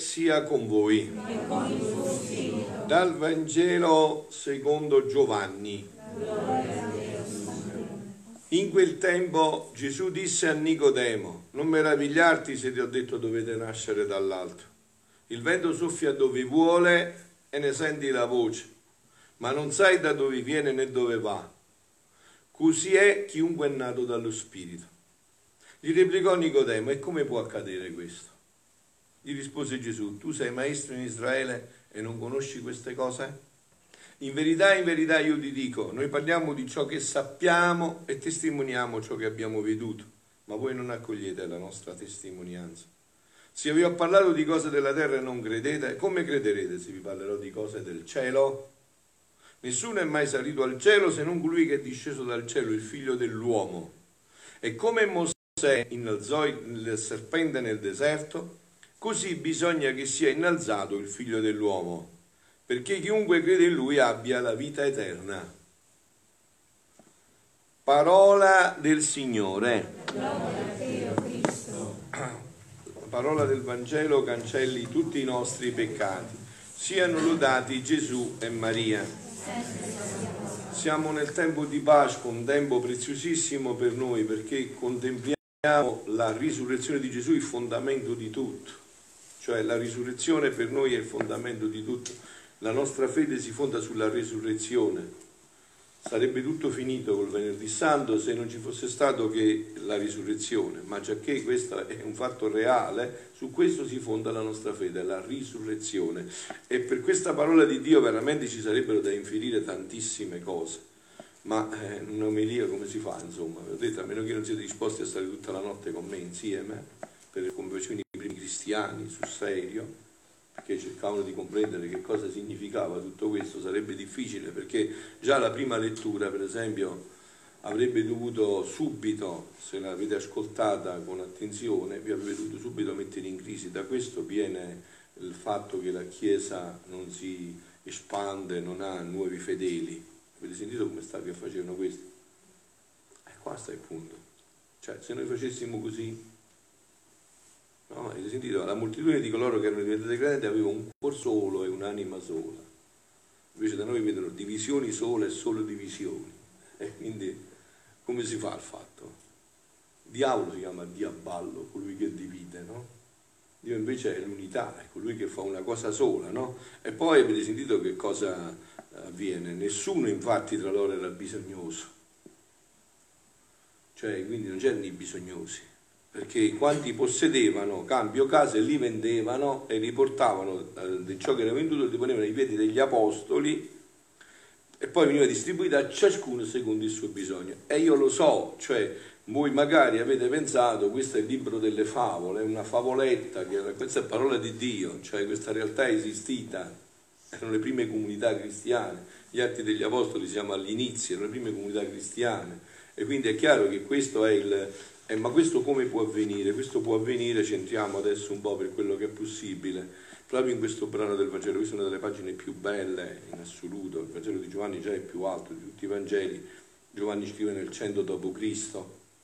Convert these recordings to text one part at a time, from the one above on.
sia con voi. E con il tuo spirito. Dal Vangelo secondo Giovanni. Gloria a Dio, Signore. In quel tempo Gesù disse a Nicodemo: non meravigliarti se ti ho detto dovete nascere dall'alto. Il vento soffia dove vuole e ne senti la voce, ma non sai da dove viene né dove va. Così è chiunque è nato dallo Spirito. Gli replicò Nicodemo: e come può accadere questo? Gli rispose Gesù: tu sei maestro in Israele e non conosci queste cose? In verità io ti dico, noi parliamo di ciò che sappiamo e testimoniamo ciò che abbiamo veduto, ma voi non accogliete la nostra testimonianza. Se vi ho parlato di cose della terra e non credete, come crederete se vi parlerò di cose del cielo? Nessuno è mai salito al cielo se non colui che è disceso dal cielo, il figlio dell'uomo. E come Mosè innalzò il serpente nel deserto, così bisogna che sia innalzato il figlio dell'uomo, perché chiunque crede in lui abbia la vita eterna. Parola del Signore. Gloria a Dio, Cristo. La parola del Vangelo cancelli tutti i nostri peccati. Siano lodati Gesù e Maria. Siamo nel tempo di Pasqua, un tempo preziosissimo per noi, perché contempliamo la risurrezione di Gesù, il fondamento di tutto. Cioè la risurrezione per noi è il fondamento di tutto. La nostra fede si fonda sulla risurrezione. Sarebbe tutto finito col Venerdì Santo se non ci fosse stato che la risurrezione, ma giacché questo è un fatto reale, su questo si fonda la nostra fede, la risurrezione. E per questa parola di Dio veramente ci sarebbero da inferire tantissime cose, ma un'omelia come si fa, insomma? Vi ho detto, a meno che non siete disposti a stare tutta la notte con me insieme, per le conversioni dei primi cristiani, sul serio, che cercavano di comprendere che cosa significava tutto questo, sarebbe difficile, perché già la prima lettura, per esempio, avrebbe dovuto subito, se l'avete ascoltata con attenzione, vi avrebbe dovuto subito mettere in crisi. Da questo viene il fatto che la Chiesa non si espande, non ha nuovi fedeli. Avete sentito come sta che facevano questo? Qua sta il punto. Cioè, se noi facessimo così, no, avete sentito? La moltitudine di coloro che erano diventati credenti aveva un cuore solo e un'anima sola. Invece da noi vedono divisioni sole e solo divisioni. E quindi come si fa il fatto? Il diavolo si chiama diaballo, colui che divide, no? Dio invece è l'unità, è colui che fa una cosa sola, no? E poi avete sentito che cosa avviene? Nessuno infatti tra loro era bisognoso. Cioè, quindi non c'erano i bisognosi, perché quanti possedevano cambio case li vendevano e riportavano di ciò che era venduto, li ponevano ai piedi degli apostoli e poi veniva distribuito a ciascuno secondo il suo bisogno. E io lo so, cioè voi magari avete pensato questo è il libro delle favole, è una favoletta, questa è parola di Dio, cioè questa realtà è esistita, erano le prime comunità cristiane, gli Atti degli Apostoli siamo all'inizio, erano le prime comunità cristiane, e quindi è chiaro che questo è il... ma questo come può avvenire? Questo può avvenire, ci entriamo adesso un po' per quello che è possibile, proprio in questo brano del Vangelo. Questa è una delle pagine più belle in assoluto. Il Vangelo di Giovanni già è più alto di tutti i Vangeli. Giovanni scrive nel 100 d.C.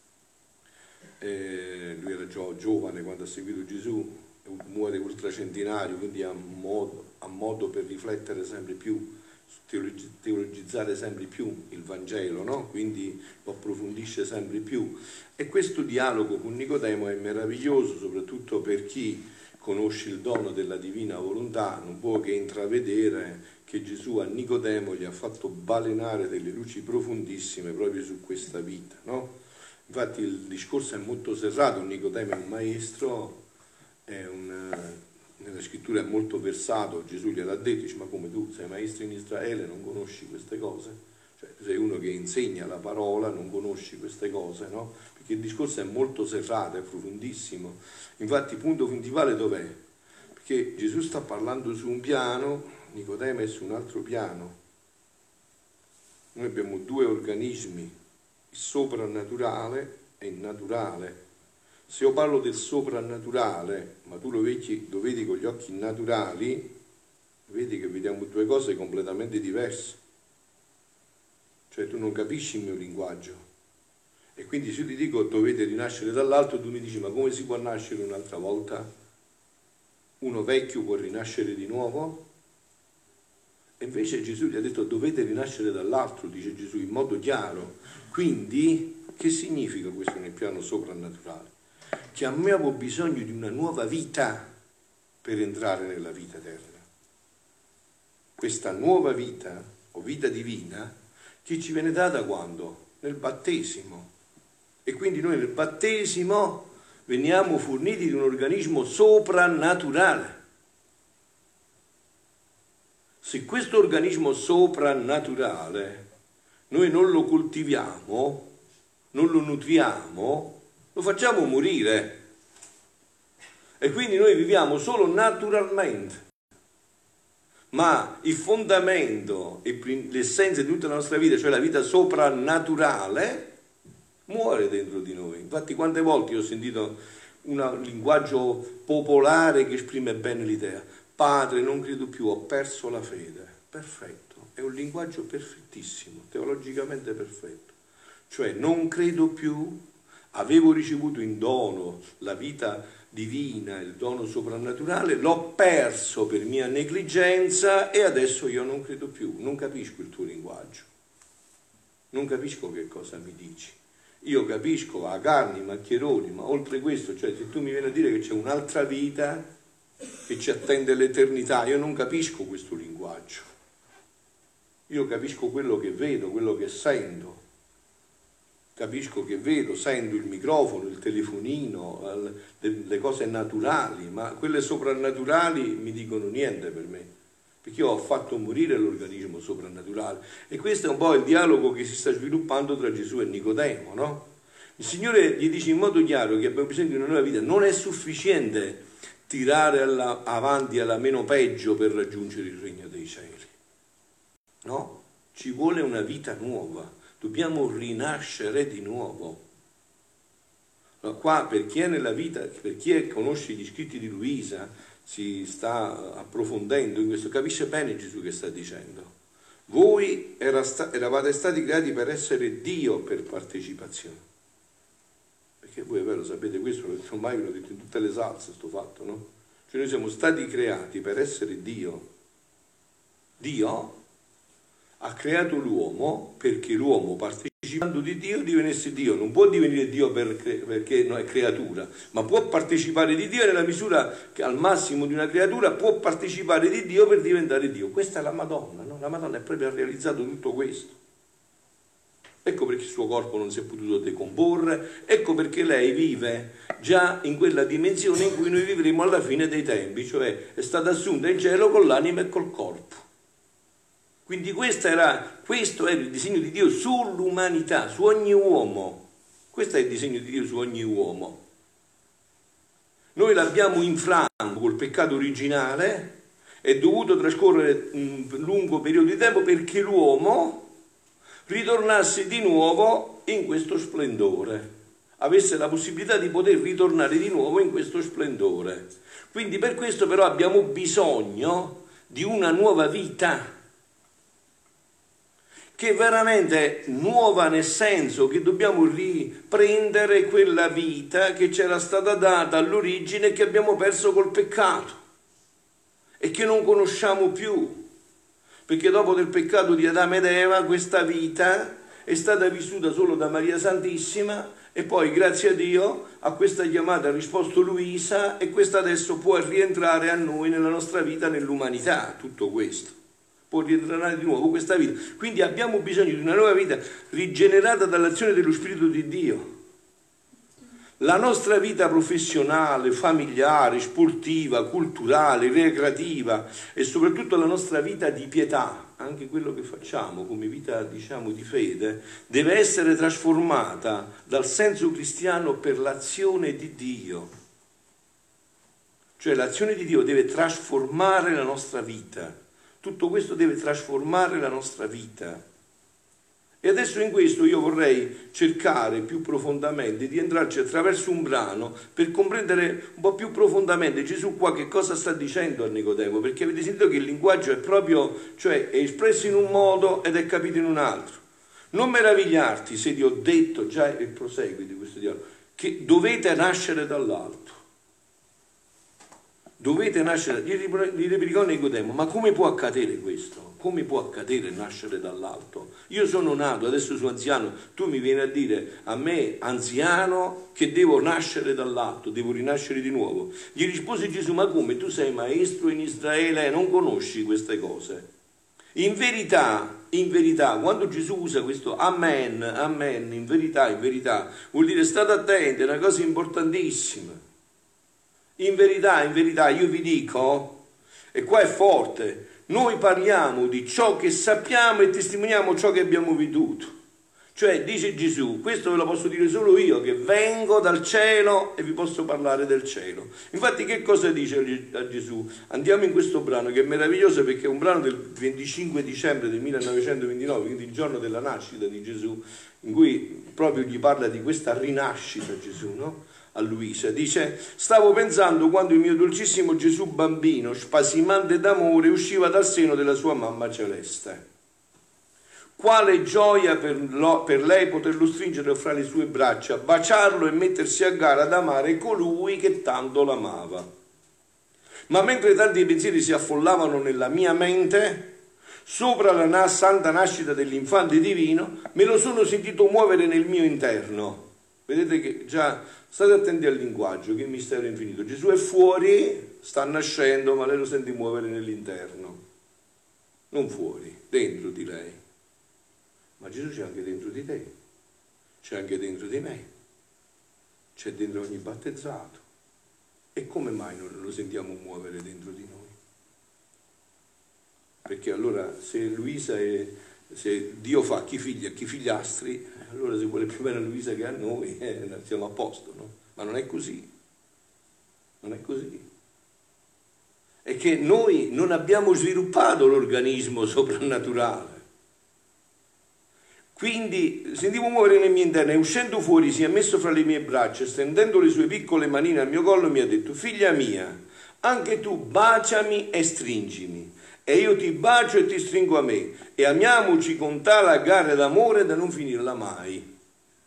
Lui era giovane quando ha seguito Gesù, muore ultracentenario, quindi ha modo per riflettere sempre più, teologizzare sempre più il Vangelo, no? Quindi lo approfondisce sempre più. E questo dialogo con Nicodemo è meraviglioso, soprattutto per chi conosce il dono della divina volontà, non può che intravedere che Gesù a Nicodemo gli ha fatto balenare delle luci profondissime proprio su questa vita, no? Infatti il discorso è molto serrato, Nicodemo è un maestro, nella scrittura è molto versato, Gesù gliel'ha detto, dice: ma come tu sei maestro in Israele, non conosci queste cose? Cioè tu sei uno che insegna la parola, non conosci queste cose, no? Perché il discorso è molto serrato, è profondissimo. Infatti il punto principale dov'è? Perché Gesù sta parlando su un piano, Nicodemo è su un altro piano. Noi abbiamo due organismi, il soprannaturale e il naturale. Se io parlo del soprannaturale, ma tu lo vedi con gli occhi naturali, vedi che vediamo due cose completamente diverse. Cioè tu non capisci il mio linguaggio. E quindi se io ti dico dovete rinascere dall'alto, tu mi dici: ma come si può nascere un'altra volta? uno vecchio può rinascere di nuovo? E invece Gesù gli ha detto dovete rinascere dall'altro, dice Gesù in modo chiaro. Quindi che significa questo nel piano soprannaturale? Che abbiamo bisogno di una nuova vita per entrare nella vita eterna. Questa nuova vita o vita divina che ci viene data quando? Nel battesimo. E quindi noi nel battesimo veniamo forniti di un organismo soprannaturale. Se questo organismo soprannaturale noi non lo coltiviamo, non lo nutriamo, lo facciamo morire. E quindi noi viviamo solo naturalmente. Ma il fondamento, l'essenza di tutta la nostra vita, cioè la vita soprannaturale, muore dentro di noi. Infatti quante volte io ho sentito un linguaggio popolare che esprime bene l'idea. Padre, non credo più, ho perso la fede. Perfetto, è un linguaggio perfettissimo, teologicamente perfetto. Cioè non credo più, avevo ricevuto in dono la vita divina, il dono soprannaturale, l'ho perso per mia negligenza e adesso io non credo più. Non capisco il tuo linguaggio, non capisco che cosa mi dici. Io capisco a carni, maccheroni, ma oltre questo, cioè se tu mi vieni a dire che c'è un'altra vita che ci attende l'eternità, io non capisco questo linguaggio. Io capisco quello che vedo, quello che sento. Capisco che vedo, sento il microfono, il telefonino, le cose naturali, ma quelle soprannaturali mi dicono niente per me, perché io ho fatto morire l'organismo soprannaturale. E questo è un po' il dialogo che si sta sviluppando tra Gesù e Nicodemo, no? Il Signore gli dice in modo chiaro che abbiamo bisogno di una nuova vita. Non è sufficiente tirare avanti alla meno peggio per raggiungere il regno dei cieli, no? Ci vuole una vita nuova. Dobbiamo rinascere di nuovo. Allora, qua per chi è nella vita, per chi conosce gli scritti di Luisa, si sta approfondendo in questo, capisce bene Gesù che sta dicendo. Voi eravate stati creati per essere Dio per partecipazione. Perché voi è vero, sapete questo, ormai ve l'ho detto in tutte le salse sto fatto, no? Cioè noi siamo stati creati per essere Dio. Dio ha creato l'uomo perché l'uomo, partecipando di Dio, divenisse Dio. Non può divenire Dio perché non è creatura, ma può partecipare di Dio nella misura che al massimo di una creatura può partecipare di Dio per diventare Dio. Questa è la Madonna, no? La Madonna è proprio ha realizzato tutto questo. Ecco perché il suo corpo non si è potuto decomporre, ecco perché lei vive già in quella dimensione in cui noi vivremo alla fine dei tempi, cioè è stata assunta in cielo con l'anima e col corpo. Quindi questo era il disegno di Dio sull'umanità, su ogni uomo. Questo è il disegno di Dio su ogni uomo. Noi l'abbiamo infranto col peccato originale, è dovuto trascorrere un lungo periodo di tempo perché l'uomo ritornasse di nuovo in questo splendore, avesse la possibilità di poter ritornare di nuovo in questo splendore. Quindi per questo però abbiamo bisogno di una nuova vita, che è veramente nuova nel senso che dobbiamo riprendere quella vita che c'era stata data all'origine e che abbiamo perso col peccato e che non conosciamo più. Perché dopo del peccato di Adamo ed Eva questa vita è stata vissuta solo da Maria Santissima e poi grazie a Dio a questa chiamata ha risposto Luisa e questa adesso può rientrare a noi nella nostra vita, nell'umanità, tutto questo. Può rientrare di nuovo questa vita. Quindi abbiamo bisogno di una nuova vita rigenerata dall'azione dello Spirito di Dio. La nostra vita professionale, familiare, sportiva, culturale, ricreativa e soprattutto la nostra vita di pietà, anche quello che facciamo come vita, diciamo, di fede, deve essere trasformata dal senso cristiano per l'azione di Dio. Cioè l'azione di Dio deve trasformare la nostra vita. Tutto questo deve trasformare la nostra vita. E adesso in questo io vorrei cercare più profondamente di entrarci attraverso un brano per comprendere un po' più profondamente Gesù qua che cosa sta dicendo a Nicodemo, perché avete sentito che il linguaggio è proprio, cioè è espresso in un modo ed è capito in un altro. Non meravigliarti se ti ho detto, già il proseguo di questo dialogo, che dovete nascere dall'alto. Dovete nascere, gli replicò Nicodemo, ma come può accadere questo? Come può accadere nascere dall'alto? Io sono nato, adesso sono anziano, tu mi vieni a dire a me, anziano, che devo nascere dall'alto, devo rinascere di nuovo. Gli rispose Gesù, ma come? Tu sei maestro in Israele e non conosci queste cose? In verità, quando Gesù usa questo amen, amen, in verità, vuol dire state attenti, è una cosa importantissima. In verità, io vi dico, e qua è forte, noi parliamo di ciò che sappiamo e testimoniamo ciò che abbiamo veduto. Cioè, dice Gesù, questo ve lo posso dire solo io, che vengo dal cielo e vi posso parlare del cielo. Infatti, che cosa dice a Gesù? Andiamo in questo brano, che è meraviglioso perché è un brano del 25 dicembre del 1929, quindi il giorno della nascita di Gesù, in cui proprio gli parla di questa rinascita Gesù, no? A Luisa, dice, stavo pensando quando il mio dolcissimo Gesù bambino, spasimante d'amore, usciva dal seno della sua mamma celeste. Quale gioia per lei poterlo stringere fra le sue braccia, baciarlo e mettersi a gara ad amare colui che tanto l'amava. Ma mentre tanti pensieri si affollavano nella mia mente, sopra la santa nascita dell'infante divino, me lo sono sentito muovere nel mio interno. Vedete che già state attenti al linguaggio, che mistero infinito. Gesù è fuori, sta nascendo, ma lei lo sente muovere nell'interno. Non fuori, dentro di lei. Ma Gesù c'è anche dentro di te, c'è anche dentro di me, c'è dentro ogni battezzato. E come mai non lo sentiamo muovere dentro di noi? Perché allora se Luisa se Dio fa chi figli a chi figliastri, allora se vuole più bene a Luisa che a noi, siamo a posto, no? Ma non è così. Non è così. È che noi non abbiamo sviluppato l'organismo soprannaturale. Quindi sentivo muovere nel mio interno e uscendo fuori si è messo fra le mie braccia, stendendo le sue piccole manine al mio collo mi ha detto, figlia mia, anche tu baciami e stringimi. E io ti bacio e ti stringo a me, e amiamoci con tale gara d'amore da non finirla mai.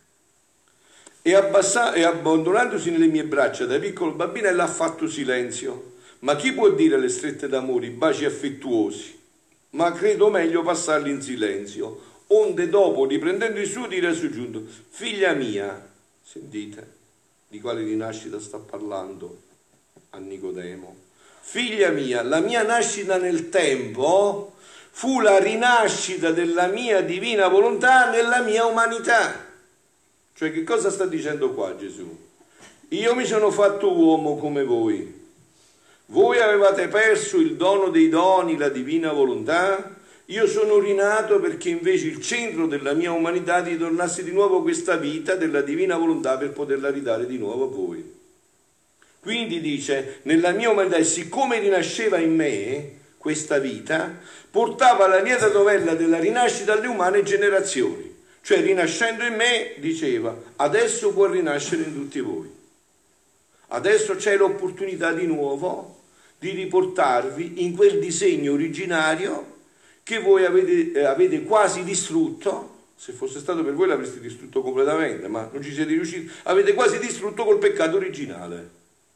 E abbandonandosi nelle mie braccia da piccolo bambino, ella ha fatto silenzio. Ma chi può dire le strette d'amore, i baci affettuosi? Ma credo meglio passarli in silenzio. Onde dopo, riprendendo il suo, dire soggiunto, figlia mia, sentite di quale rinascita sta parlando a Nicodemo. Figlia mia, la mia nascita nel tempo fu la rinascita della mia divina volontà nella mia umanità. Cioè, che cosa sta dicendo qua Gesù? Io mi sono fatto uomo come voi. Voi avevate perso il dono dei doni, la divina volontà. Io sono rinato perché invece il centro della mia umanità ritornasse di nuovo questa vita della divina volontà per poterla ridare di nuovo a voi. Quindi dice, nella mia umanità, e siccome rinasceva in me questa vita, portava la lieta novella della rinascita alle umane generazioni. Cioè, rinascendo in me, diceva, adesso può rinascere in tutti voi. Adesso c'è l'opportunità di nuovo di riportarvi in quel disegno originario che voi avete quasi distrutto. Se fosse stato per voi l'avreste distrutto completamente, ma non ci siete riusciti. Avete quasi distrutto col peccato originale.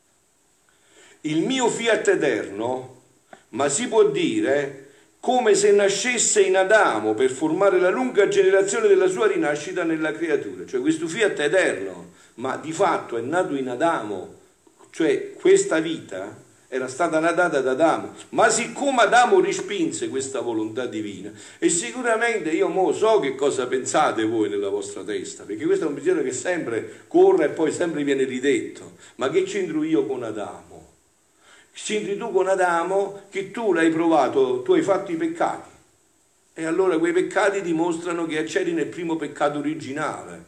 Il mio fiat eterno, ma si può dire come se nascesse in Adamo per formare la lunga generazione della sua rinascita nella creatura. Cioè questo fiat eterno, ma di fatto è nato in Adamo. Cioè questa vita era stata natata da Adamo, ma siccome Adamo respinse questa volontà divina, e sicuramente io so che cosa pensate voi nella vostra testa, perché questo è un pensiero che sempre corre e poi sempre viene ridetto, ma che c'entro io con Adamo? C'entri tu con Adamo che tu l'hai provato, tu hai fatto i peccati, e allora quei peccati dimostrano che c'eri nel primo peccato originale.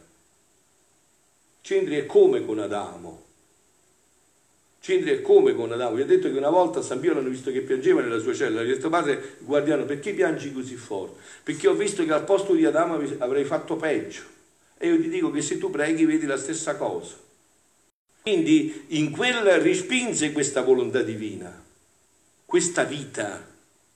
C'entri è come con Adamo. C'entri è come con Adamo. Gli ho detto che una volta San Pio l'hanno visto che piangeva nella sua cella. Gli ho detto, padre guardiano, perché piangi così forte? Perché ho visto che al posto di Adamo avrei fatto peggio. E io ti dico che se tu preghi vedi la stessa cosa. Quindi in quel respinse questa volontà divina, questa vita.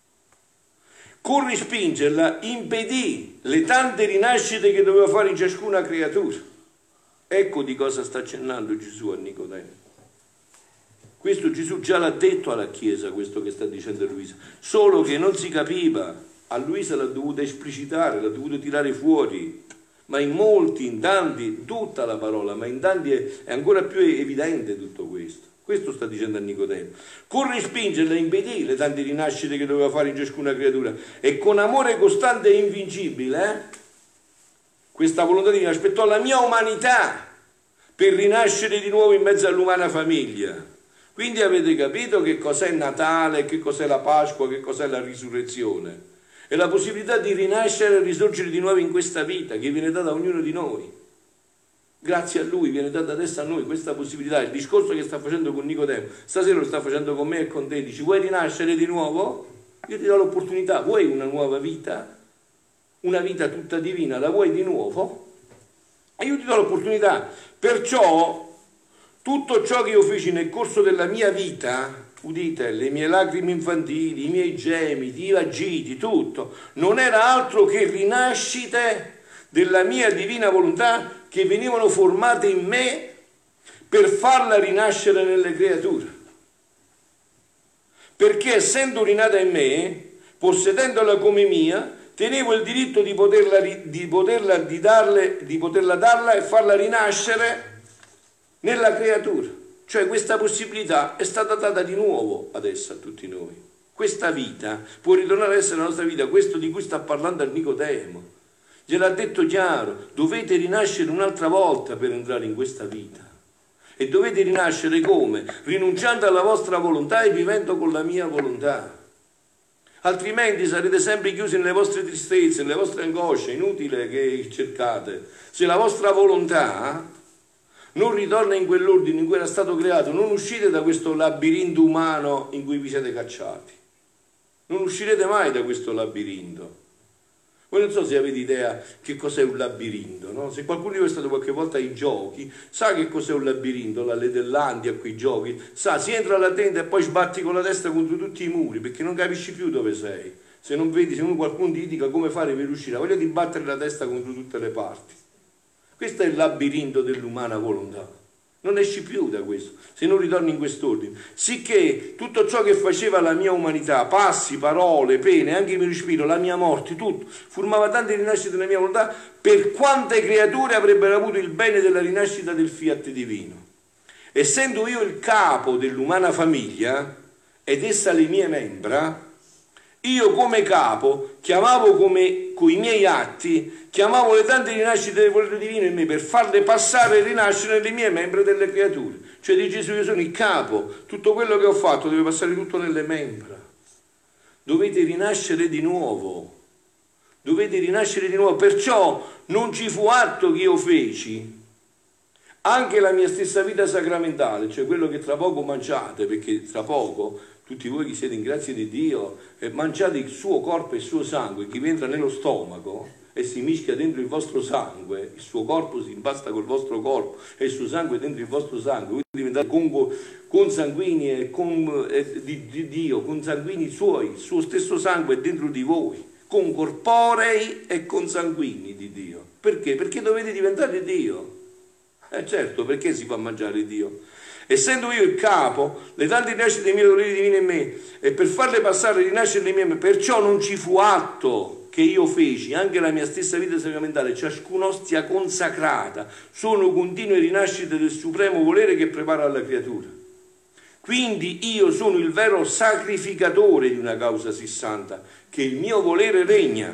Con respingerla impedì le tante rinascite che doveva fare in ciascuna creatura. Ecco di cosa sta accennando Gesù a Nicodemo. Questo Gesù già l'ha detto alla Chiesa, questo che sta dicendo Luisa, solo che non si capiva. A Luisa l'ha dovuta esplicitare, l'ha dovuto tirare fuori, ma in molti, in tanti, tutta la parola, ma in tanti è ancora più evidente tutto questo. Questo sta dicendo a Nicodemo. Corre a spingerla, a impedire le tante rinascite che doveva fare in ciascuna creatura, e con amore costante e invincibile, questa volontà divina aspettò la mia umanità per rinascere di nuovo in mezzo all'umana famiglia. Quindi avete capito che cos'è Natale, che cos'è la Pasqua, che cos'è la risurrezione? È la possibilità di rinascere e risorgere di nuovo in questa vita che viene data a ognuno di noi. Grazie a Lui viene data adesso a noi questa possibilità. Il discorso che sta facendo con Nicodemo, stasera lo sta facendo con me e con te. Dici, vuoi rinascere di nuovo? Io ti do l'opportunità. Vuoi una nuova vita? Una vita tutta divina, la vuoi di nuovo? E io ti do l'opportunità. Perciò tutto ciò che io feci nel corso della mia vita, udite, le mie lacrime infantili, i miei gemiti, i vagiti, tutto, non era altro che rinascite della mia divina volontà che venivano formate in me per farla rinascere nelle creature. Perché essendo rinata in me, possedendola come mia, tenevo il diritto di poterla darla e farla rinascere nella creatura. Cioè questa possibilità è stata data di nuovo adesso a tutti noi. Questa vita può ritornare ad essere la nostra vita, questo di cui sta parlando al Nicodemo. Gliel'ha detto chiaro, dovete rinascere un'altra volta per entrare in questa vita. E dovete rinascere come? Rinunciando alla vostra volontà e vivendo con la mia volontà. Altrimenti sarete sempre chiusi nelle vostre tristezze, nelle vostre angosce, inutile che cercate. Se la vostra volontà non ritorna in quell'ordine in cui era stato creato, non uscite da questo labirinto umano in cui vi siete cacciati. Non uscirete mai da questo labirinto. Voi non so se avete idea che cos'è un labirinto, no? Se qualcuno di voi è stato qualche volta ai giochi, sa che cos'è un labirinto, la Ledellandia, quei giochi, sa, si entra là dentro e poi sbatti con la testa contro tutti i muri, perché non capisci più dove sei. Se non vedi, se qualcuno ti dica come fare per uscire, ha voglia di battere la testa contro tutte le parti. Questo è il labirinto dell'umana volontà. Non esci più da questo, se non ritorni in quest'ordine. Sicché tutto ciò che faceva la mia umanità, passi, parole, pene, anche il mio respiro, la mia morte, tutto, formava tante rinascite della mia volontà, per quante creature avrebbero avuto il bene della rinascita del fiat divino. Essendo io il capo dell'umana famiglia, ed essa le mie membra, io come capo chiamavo come coi miei atti, chiamavo le tante rinascite del volere divino in me per farle passare e rinascere nelle mie membra delle creature. Cioè di Gesù io sono il capo, tutto quello che ho fatto deve passare tutto nelle membra. Dovete rinascere di nuovo, dovete rinascere di nuovo, perciò non ci fu atto che io feci, anche la mia stessa vita sacramentale, cioè quello che tra poco mangiate, perché tra poco tutti voi che siete in grazia di Dio, mangiate il suo corpo e il suo sangue, che vi entra nello stomaco e si mischia dentro il vostro sangue, il suo corpo si impasta col vostro corpo e il suo sangue dentro il vostro sangue, voi diventate consanguini di Dio, consanguini suoi, il suo stesso sangue è dentro di voi, concorporei e consanguini di Dio. Perché? Perché dovete diventare Dio. Certo, perché si fa mangiare Dio? Essendo io il capo, le tante rinascite dei miei dolori divini in me, e per farle passare e rinascere le mie, perciò non ci fu atto che io feci, anche la mia stessa vita sacramentale, ciascuna ostia consacrata, sono continue rinascite del supremo volere che prepara alla creatura. Quindi io sono il vero sacrificatore di una causa sì santa, che il mio volere regna.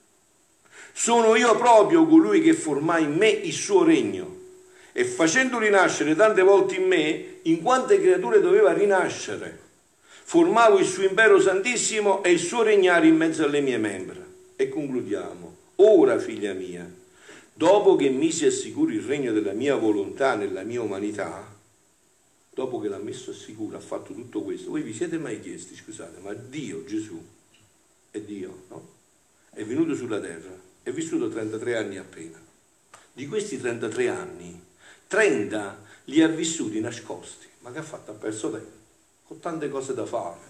Sono io proprio colui che formai in me il suo regno, e facendo rinascere tante volte in me, in quante creature doveva rinascere, formavo il suo impero santissimo e il suo regnare in mezzo alle mie membra. E concludiamo. Ora, figlia mia, dopo che misi a sicuro il regno della mia volontà nella mia umanità, dopo che l'ha messo a sicuro, ha fatto tutto questo, voi vi siete mai chiesti, scusate, ma Dio, Gesù, è Dio, no? È venuto sulla terra, è vissuto 33 anni appena. Di questi 33 anni, 30 li ha vissuti nascosti. Ma che ha fatto? Ha perso tempo, con tante cose da fare.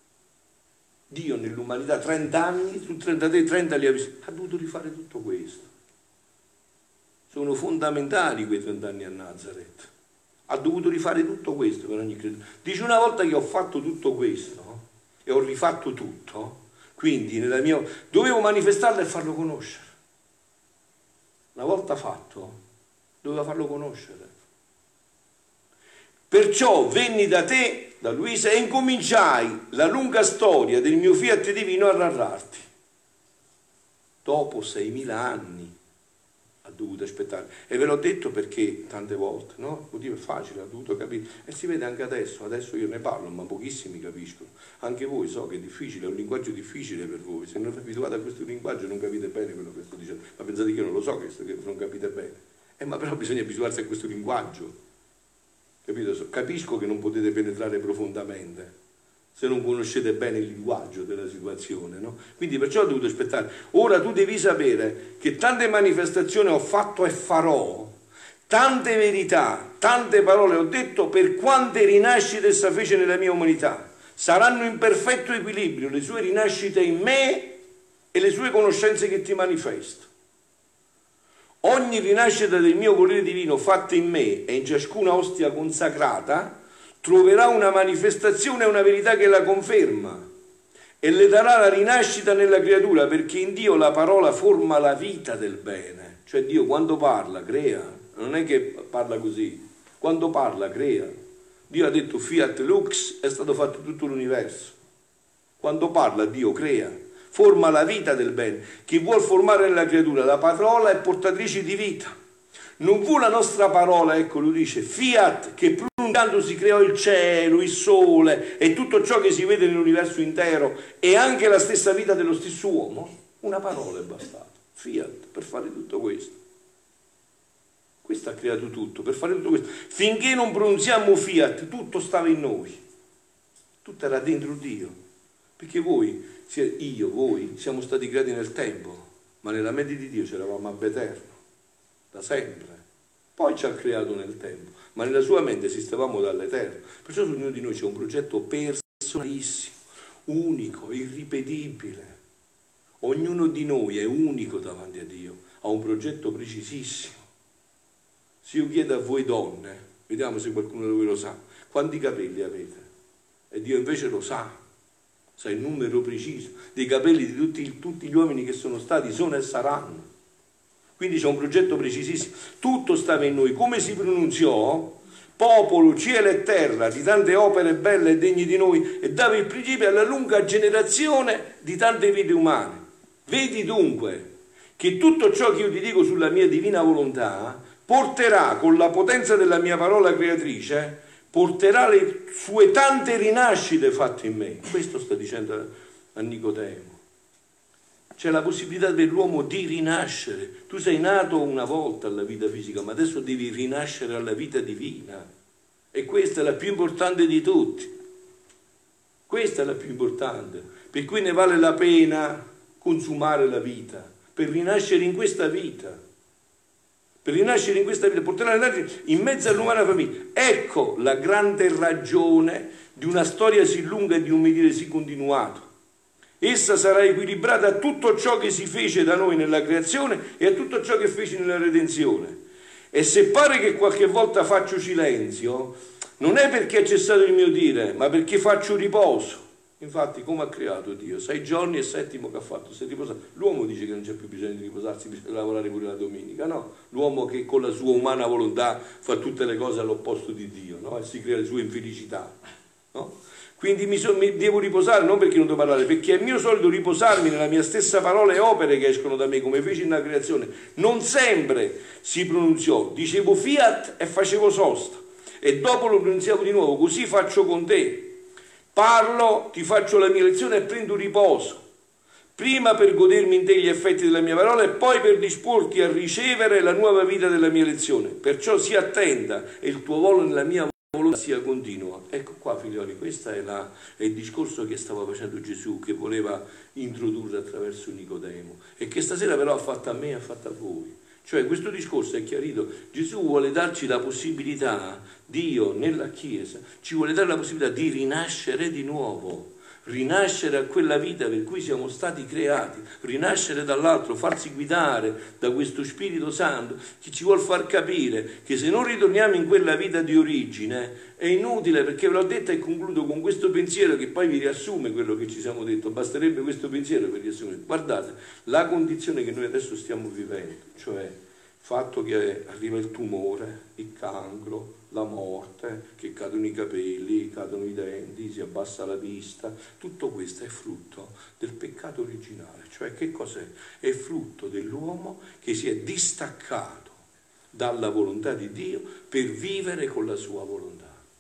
Dio nell'umanità 30 anni, su 33, 30 li ha vissuti. Ha dovuto rifare tutto questo. Sono fondamentali quei 30 anni a Nazareth. Ha dovuto rifare tutto questo per ogni creatura. Dice, una volta che ho fatto tutto questo e ho rifatto tutto, quindi dovevo manifestarlo e farlo conoscere. Una volta fatto, doveva farlo conoscere. Perciò venni da te, da Luisa, e incominciai la lunga storia del mio fiat divino a narrarti. Dopo 6.000 anni ha dovuto aspettare, e ve l'ho detto perché tante volte, no? Il motivo è facile, ha dovuto capire, e si vede anche adesso io ne parlo, ma pochissimi capiscono. Anche voi so che è difficile, è un linguaggio difficile per voi, se non vi abituate a questo linguaggio non capite bene quello che sto dicendo, ma pensate che io non lo so che non capite bene, ma però bisogna abituarsi a questo linguaggio, capito? Capisco che non potete penetrare profondamente se non conoscete bene il linguaggio della situazione, no? Quindi perciò ho dovuto aspettare. Ora tu devi sapere che tante manifestazioni ho fatto e farò, tante verità, tante parole ho detto, per quante rinascite essa fece nella mia umanità. Saranno in perfetto equilibrio le sue rinascite in me e le sue conoscenze che ti manifesto. Ogni rinascita del mio volere divino fatta in me e in ciascuna ostia consacrata troverà una manifestazione e una verità che la conferma e le darà la rinascita nella creatura, perché in Dio la parola forma la vita del bene. Cioè Dio quando parla crea, non è che parla così, quando parla crea. Dio ha detto fiat lux, è stato fatto tutto l'universo. Quando parla Dio crea, forma la vita del bene. Chi vuol formare nella creatura la parola è portatrice di vita. Non fu la nostra parola, ecco lui dice, fiat, che pronunciando si creò il cielo, il sole e tutto ciò che si vede nell'universo intero e anche la stessa vita dello stesso uomo. Una parola è bastata, fiat, per fare tutto questo. Questo ha creato tutto, per fare tutto questo. Finché non pronunziamo fiat, tutto stava in noi. Tutto era dentro Dio. Perché voi siamo stati creati nel tempo, ma nella mente di Dio c'eravamo ab eterno. Da sempre, poi ci ha creato nel tempo, ma nella sua mente esistevamo dall'eterno. Perciò su ognuno di noi c'è un progetto personalissimo, unico, irripetibile. Ognuno di noi è unico davanti a Dio, ha un progetto precisissimo. Se io chiedo a voi donne, vediamo se qualcuno di voi lo sa, quanti capelli avete? E Dio invece lo sa il numero preciso dei capelli di tutti gli uomini che sono stati, sono e saranno. Quindi c'è un progetto precisissimo, tutto stava in noi. Come si pronunziò? Popolo, cielo e terra, di tante opere belle e degne di noi, e dava il principio alla lunga generazione di tante vite umane. Vedi dunque che tutto ciò che io ti dico sulla mia divina volontà porterà, con la potenza della mia parola creatrice, porterà le sue tante rinascite fatte in me. Questo sta dicendo a Nicodemo. C'è la possibilità per l'uomo di rinascere. Tu sei nato una volta alla vita fisica, ma adesso devi rinascere alla vita divina. E questa è la più importante di tutti. Questa è la più importante. Per cui ne vale la pena consumare la vita, per rinascere in questa vita. Per rinascere in questa vita, portare in mezzo all'umana famiglia. Ecco la grande ragione di una storia sì lunga e di un medire sì continuato. Essa sarà equilibrata a tutto ciò che si fece da noi nella creazione e a tutto ciò che fece nella redenzione. E se pare che qualche volta faccio silenzio, non è perché è cessato il mio dire, ma perché faccio riposo. Infatti, come ha creato Dio? 6 giorni e 7° che ha fatto? Si è riposato. L'uomo dice che non c'è più bisogno di riposarsi, bisogna lavorare pure la domenica, no? L'uomo che con la sua umana volontà fa tutte le cose all'opposto di Dio, no? E si crea le sue infelicità, no? Quindi mi devo riposare, non perché non devo parlare, perché è mio solito riposarmi nella mia stessa parola e opere che escono da me, come feci nella creazione. Non sempre si pronunziò, dicevo fiat e facevo sosta, e dopo lo pronunziavo di nuovo, così faccio con te. Parlo, ti faccio la mia lezione e prendo riposo, prima per godermi in te gli effetti della mia parola e poi per disporti a ricevere la nuova vita della mia lezione. Perciò sii attenta e il tuo volo nella mia volontà sia continua. Ecco qua, figlioli, questo è il discorso che stava facendo Gesù, che voleva introdurre attraverso Nicodemo e che stasera però ha fatto a me e ha fatto a voi. Cioè questo discorso è chiarito. Gesù vuole darci la possibilità, Dio nella Chiesa ci vuole dare la possibilità di rinascere di nuovo, rinascere a quella vita per cui siamo stati creati, rinascere dall'altro, farsi guidare da questo Spirito Santo che ci vuol far capire che se non ritorniamo in quella vita di origine è inutile, perché ve l'ho detto e concludo con questo pensiero che poi vi riassume quello che ci siamo detto, basterebbe questo pensiero per riassumere. Guardate, la condizione che noi adesso stiamo vivendo, cioè il fatto che arriva il tumore, il cancro, la morte, che cadono i capelli, cadono i denti, si abbassa la vista, tutto questo è frutto del peccato originale. Cioè che cos'è? È frutto dell'uomo che si è distaccato dalla volontà di Dio per vivere con la sua volontà.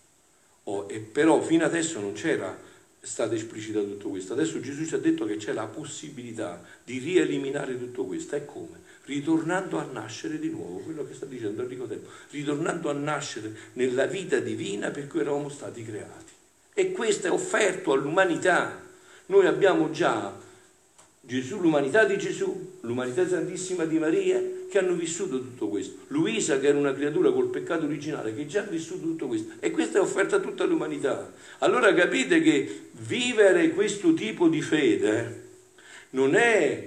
E però fino adesso non c'era stato esplicitato tutto questo. Adesso Gesù ci ha detto che c'è la possibilità di rieliminare tutto questo. E come? Ritornando a nascere di nuovo, quello che sta dicendo Enrico Tempo, ritornando a nascere nella vita divina per cui eravamo stati creati. E questo è offerto all'umanità. Noi abbiamo già Gesù, l'umanità di Gesù, l'umanità santissima di Maria, che hanno vissuto tutto questo. Luisa, che era una creatura col peccato originale, che già ha vissuto tutto questo. E questa è offerta a tutta l'umanità. Allora capite che vivere questo tipo di fede non è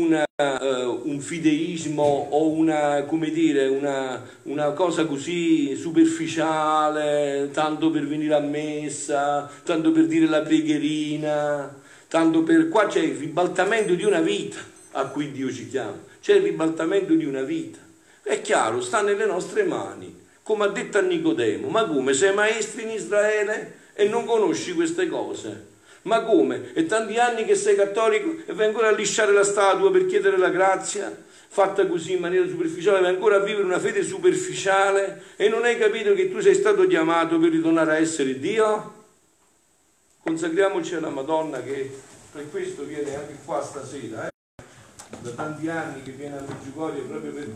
un fideismo o una cosa così superficiale, tanto per venire a messa, tanto per dire la preghierina, tanto per... Qua c'è il ribaltamento di una vita a cui Dio ci chiama, c'è il ribaltamento di una vita. È chiaro, sta nelle nostre mani, come ha detto a Nicodemo. Ma come, sei maestro in Israele e non conosci queste cose? Ma come? È tanti anni che sei cattolico e vai ancora a lisciare la statua per chiedere la grazia, fatta così in maniera superficiale, vai ancora a vivere una fede superficiale e non hai capito che tu sei stato chiamato per ritornare a essere Dio? Consacriamoci alla Madonna, che per questo viene anche qua stasera, da tanti anni che viene a Medjugorje proprio per